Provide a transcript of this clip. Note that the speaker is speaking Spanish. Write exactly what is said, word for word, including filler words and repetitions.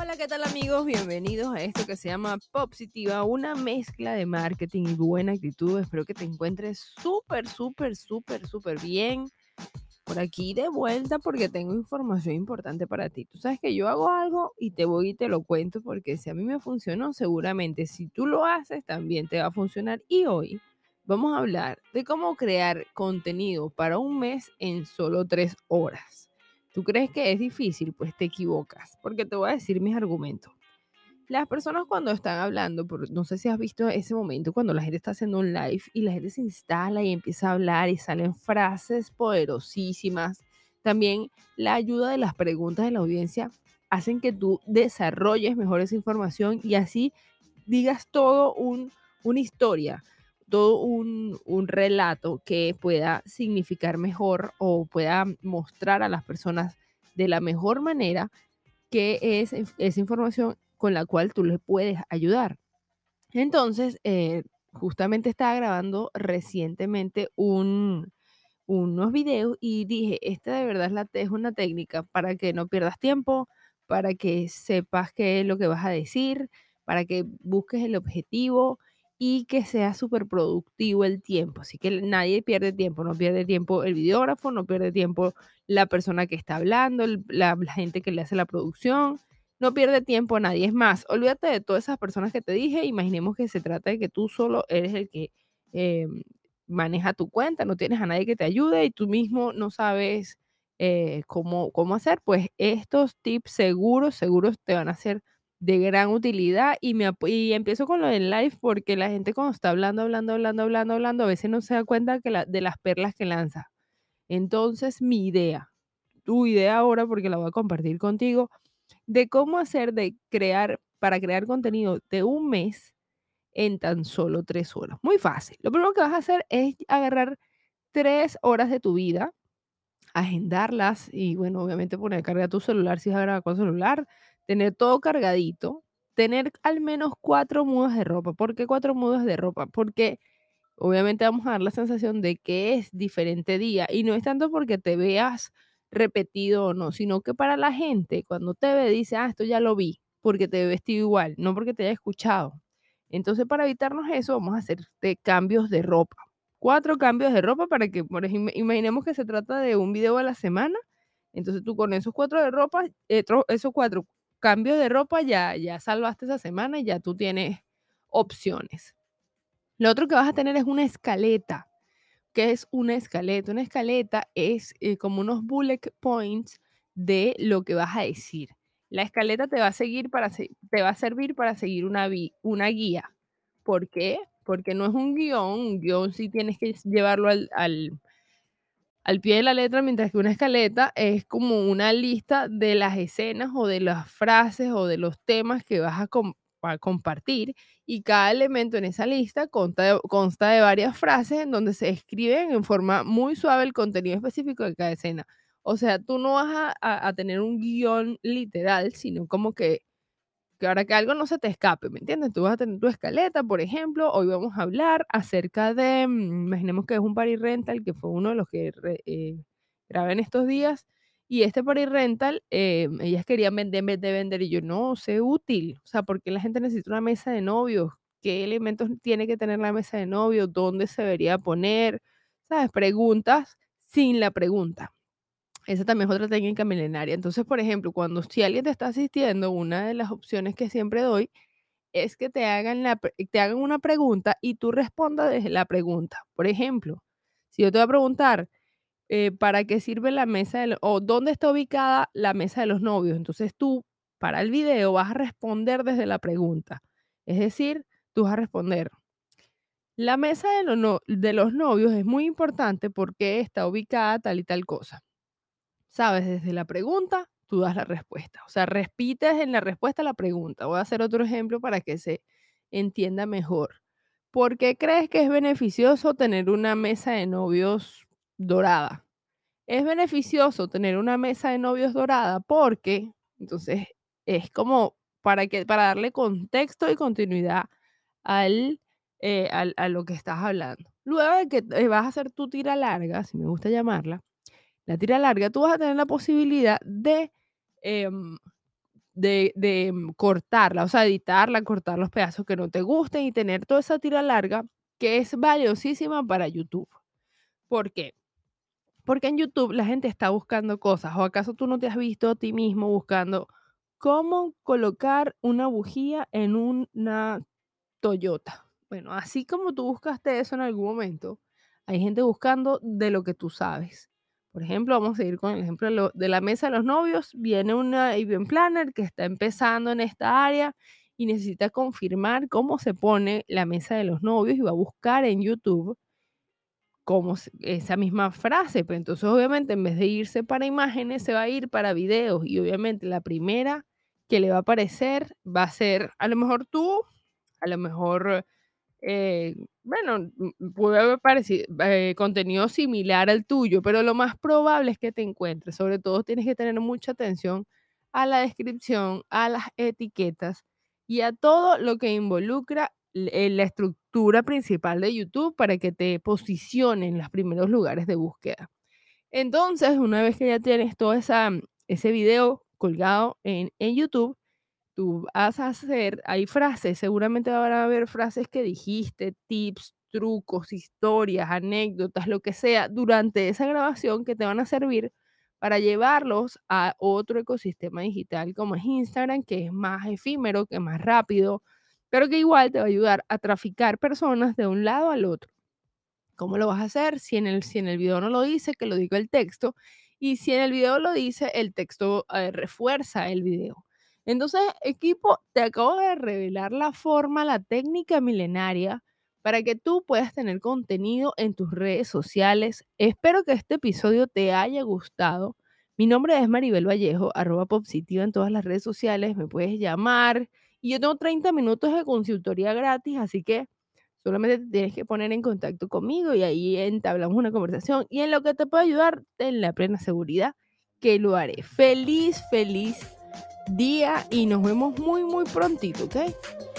Hola, ¿qué tal amigos? Bienvenidos a esto que se llama Positiva, una mezcla de marketing y buena actitud. Espero que te encuentres súper, súper, súper, súper bien. Por aquí de vuelta porque tengo información importante para ti. Tú sabes que yo hago algo y te voy y te lo cuento porque si a mí me funcionó, seguramente si tú lo haces también te va a funcionar. Y hoy vamos a hablar de cómo crear contenido para un mes en solo tres horas. ¿Tú crees que es difícil? Pues te equivocas, porque te voy a decir mis argumentos. Las personas cuando están hablando, por- no sé si has visto ese momento cuando la gente está haciendo un live y la gente se instala y empieza a hablar y salen frases poderosísimas. También la ayuda de las preguntas de la audiencia hacen que tú desarrolles mejor esa información y así digas todo un, una historia, todo un, un relato que pueda significar mejor o pueda mostrar a las personas de la mejor manera qué es inf- esa información con la cual tú les puedes ayudar. Entonces, eh, justamente estaba grabando recientemente un, unos videos y dije, esta de verdad es, la, es una técnica para que no pierdas tiempo, para que sepas qué es lo que vas a decir, para que busques el objetivo y que sea súper productivo el tiempo. Así que nadie pierde tiempo, no pierde tiempo el videógrafo, no pierde tiempo la persona que está hablando, el- la, la gente que le hace la producción. No pierde tiempo nadie. Es más, olvídate de todas esas personas que te dije. Imaginemos que se trata de que tú solo eres el que em, maneja tu cuenta, no tienes a nadie que te ayude y tú mismo no sabes eh, cómo, cómo hacer, pues estos tips seguros, seguros te van a ser de gran utilidad y, me, ap- y empiezo con lo del live porque la gente cuando está hablando, hablando, hablando, hablando, hablando, a veces no se da cuenta que la- de las perlas que lanza. Entonces, mi idea, tu idea ahora, porque la voy a compartir contigo, de cómo hacer de crear, para crear contenido de un mes en tan solo tres horas. Muy fácil. Lo primero que vas a hacer es agarrar tres horas de tu vida, agendarlas y, bueno, obviamente poner a cargar tu celular si vas a grabar con celular, tener todo cargadito, tener al menos cuatro mudas de ropa. ¿Por qué cuatro mudas de ropa? Porque obviamente vamos a dar la sensación de que es diferente día y no es tanto porque te veas repetido o no, sino que para la gente cuando te ve dice, ah, esto ya lo vi, porque te ve vestido igual, no porque te haya escuchado. Entonces, para evitarnos eso, vamos a hacer de cambios de ropa. Cuatro cambios de ropa para que, por ejemplo, imaginemos que se trata de un video a la semana. Entonces, tú con esos cuatro de ropa, eh, tro- esos cuatro cambios de ropa ya, ya salvaste esa semana y ya tú tienes opciones. Lo otro que vas a tener es una escaleta. ¿Qué es una escaleta? Una escaleta es eh, como unos bullet points de lo que vas a decir. La escaleta te va a seguir para se- te va a servir para seguir una, vi- una guía. ¿Por qué? Porque no es un guión, un guión sí tienes que llevarlo al, al, al pie de la letra, mientras que una escaleta es como una lista de las escenas o de las frases o de los temas que vas a, com- a compartir y cada elemento en esa lista consta de, consta de varias frases en donde se escriben en forma muy suave el contenido específico de cada escena. O sea, tú no vas a, a- a tener un guión literal, sino como que que ahora que algo no se te escape, ¿me entiendes? Tú vas a tener tu escaleta, por ejemplo, hoy vamos a hablar acerca de, mm, imaginemos que es un party rental, que fue uno de los que re- eh, grabé en estos días, y este party rental, eh, ellas querían vender en vez de vender, y yo, no, sé útil, o sea, porque la gente necesita una mesa de novios, qué elementos tiene que tener la mesa de novios, dónde se debería poner, ¿sabes? Preguntas sin la pregunta. Esa también es otra técnica milenaria. Entonces, por ejemplo, cuando si alguien te está asistiendo, una de las opciones que siempre doy es que te hagan, la, pre- te hagan una pregunta y tú respondas desde la pregunta. Por ejemplo, si yo te voy a preguntar, eh, ¿para qué sirve la mesa de lo- o dónde está ubicada la mesa de los novios? Entonces tú, para el video, vas a responder desde la pregunta. Es decir, tú vas a responder, la mesa de, los no- de los novios es muy importante porque está ubicada tal y tal cosa. ¿Sabes? Desde la pregunta, tú das la respuesta. O sea, repites en la respuesta la pregunta. Voy a hacer otro ejemplo para que se entienda mejor. ¿Por qué crees que es beneficioso tener una mesa de novios dorada? Es beneficioso tener una mesa de novios dorada porque, entonces, es como para que, para darle contexto y continuidad al, eh, al- a lo que estás hablando. Luego de que eh, vas a hacer tu tira larga, si me gusta llamarla, la tira larga, tú vas a tener la posibilidad de, em, de, de mm, cortarla, o sea, editarla, cortar los pedazos que no te gusten y tener toda esa tira larga que es valiosísima para YouTube. ¿Por qué? Porque en YouTube la gente está buscando cosas, ¿o acaso tú no te has visto a ti mismo buscando cómo colocar una bujía en una Toyota? Bueno, así como tú buscaste eso en algún momento, hay gente buscando de lo que tú sabes. Por ejemplo, vamos a seguir con el ejemplo de, lo- de la mesa de los novios. Viene una event planner que está empezando en esta área y necesita confirmar cómo se pone la mesa de los novios y va a buscar en YouTube como s esa misma frase, pero entonces, obviamente, en vez de irse para imágenes, se va a ir para videos, y obviamente la primera que le va a aparecer va a ser, a lo mejor tú, a lo mejor eh, bueno, mm, puede haber parecido, eh, contenido similar al tuyo, pero lo más probable es que te encuentres. Sobre todo tienes que tener mucha atención a la descripción, a las etiquetas y a todo lo que involucra l- eh, la estructura principal de YouTube para que te posicione en los primeros lugares de búsqueda. Entonces, una vez que ya tienes todo esa, ese video colgado en, en YouTube, tú vas a hacer, hay frases, seguramente van a haber frases que dijiste, tips, trucos, historias, anécdotas, lo que sea, durante esa grabación que te van a servir para llevarlos a otro ecosistema digital como es Instagram, que es más efímero, que es más rápido, pero que igual te va a ayudar a traficar personas de un lado al otro. ¿Cómo lo vas a hacer? Si en el, si en el video no lo dice, que lo diga el texto. Y si en el video lo dice, el texto eh, refuerza el video. Entonces, equipo, te acabo de revelar la forma, la técnica milenaria para que tú puedas tener contenido en tus redes sociales. Espero que este episodio te haya gustado. Mi nombre es Maribel Vallejo, arroba Popsitiva en todas las redes sociales. Me puedes llamar y yo tengo treinta minutos de consultoría gratis, así que solamente te tienes que poner en contacto conmigo y ahí entablamos una conversación y en lo que te pueda ayudar, ten la plena seguridad que lo haré. Feliz, feliz día y nos vemos muy, muy prontito, ¿ok?